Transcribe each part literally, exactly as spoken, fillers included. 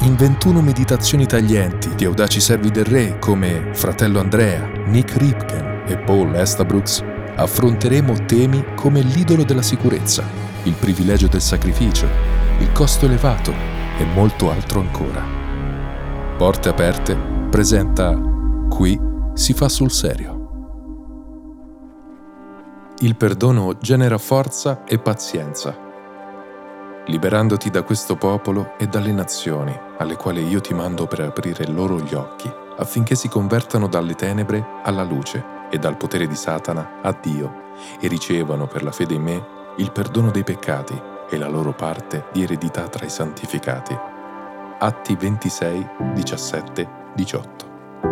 in ventuno meditazioni taglienti di audaci servi del re come Fratello Andrea, Nick Ripken e Paul Estabrooks, affronteremo temi come l'idolo della sicurezza, il privilegio del sacrificio, il costo elevato e molto altro ancora. Porte Aperte presenta Qui si fa sul serio. Il perdono genera forza e pazienza, liberandoti da questo popolo e dalle nazioni alle quali io ti mando per aprire loro gli occhi, affinché si convertano dalle tenebre alla luce e dal potere di Satana a Dio e ricevano per la fede in me il perdono dei peccati e la loro parte di eredità tra i santificati. Atti ventisei, diciassette, diciotto.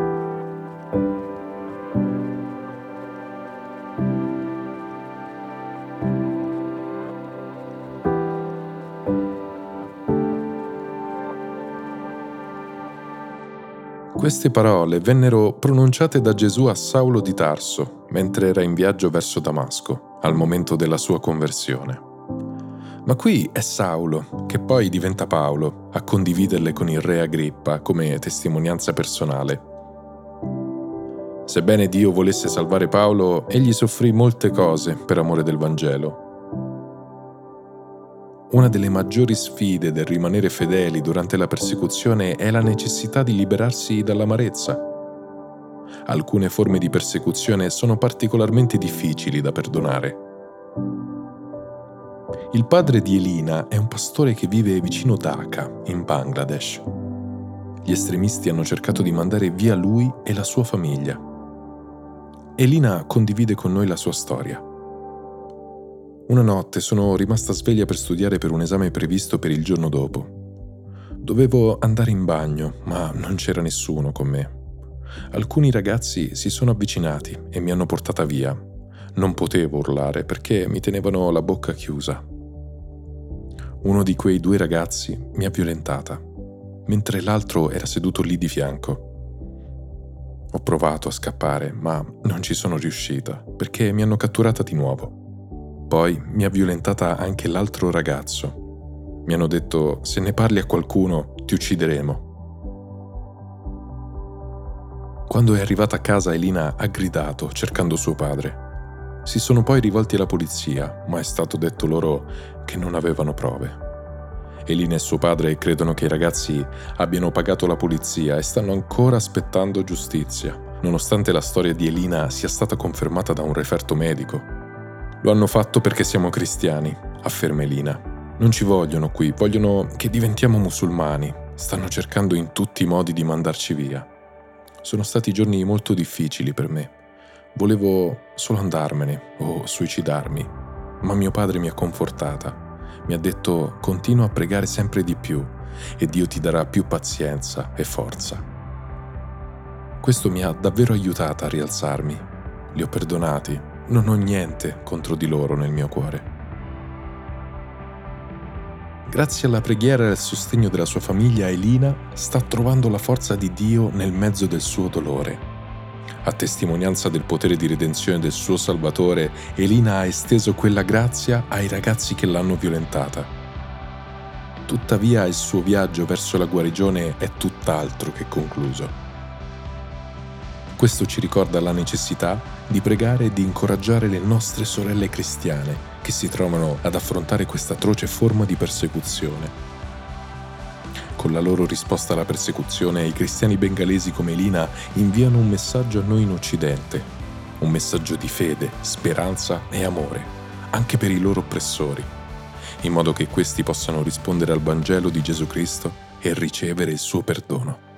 Queste parole vennero pronunciate da Gesù a Saulo di Tarso mentre era in viaggio verso Damasco, al momento della sua conversione. Ma qui è Saulo, che poi diventa Paolo, a condividerle con il re Agrippa come testimonianza personale. Sebbene Dio volesse salvare Paolo, egli soffrì molte cose per amore del Vangelo. Una delle maggiori sfide del rimanere fedeli durante la persecuzione è la necessità di liberarsi dall'amarezza. Alcune forme di persecuzione sono particolarmente difficili da perdonare. Il padre di Elina è un pastore che vive vicino Dhaka, in Bangladesh. Gli estremisti hanno cercato di mandare via lui e la sua famiglia. Elina condivide con noi la sua storia. Una notte sono rimasta sveglia per studiare per un esame previsto per il giorno dopo. Dovevo andare in bagno, ma non c'era nessuno con me. Alcuni ragazzi si sono avvicinati e mi hanno portata via. Non potevo urlare perché mi tenevano la bocca chiusa. Uno di quei due ragazzi mi ha violentata, mentre l'altro era seduto lì di fianco. Ho provato a scappare, ma non ci sono riuscita perché mi hanno catturata di nuovo. Poi mi ha violentata anche l'altro ragazzo. Mi hanno detto: se ne parli a qualcuno, ti uccideremo. Quando è arrivata a casa, Elina ha gridato cercando suo padre. Si sono poi rivolti alla polizia, ma è stato detto loro che non avevano prove. Elina e suo padre credono che i ragazzi abbiano pagato la polizia e stanno ancora aspettando giustizia, nonostante la storia di Elina sia stata confermata da un referto medico. Lo hanno fatto perché siamo cristiani, afferma Elina. Non ci vogliono qui, vogliono che diventiamo musulmani. Stanno cercando in tutti i modi di mandarci via. Sono stati giorni molto difficili per me. Volevo solo andarmene o suicidarmi, ma mio padre mi ha confortata. Mi ha detto: continua a pregare sempre di più e Dio ti darà più pazienza e forza. Questo mi ha davvero aiutata a rialzarmi. Li ho perdonati. Non ho niente contro di loro nel mio cuore. Grazie alla preghiera e al sostegno della sua famiglia, Elina sta trovando la forza di Dio nel mezzo del suo dolore. A testimonianza del potere di redenzione del suo Salvatore, Elina ha esteso quella grazia ai ragazzi che l'hanno violentata. Tuttavia il suo viaggio verso la guarigione è tutt'altro che concluso. Questo ci ricorda la necessità di pregare e di incoraggiare le nostre sorelle cristiane che si trovano ad affrontare questa atroce forma di persecuzione. Con la loro risposta alla persecuzione, i cristiani bengalesi come Elina inviano un messaggio a noi in Occidente, un messaggio di fede, speranza e amore, anche per i loro oppressori, in modo che questi possano rispondere al Vangelo di Gesù Cristo e ricevere il suo perdono.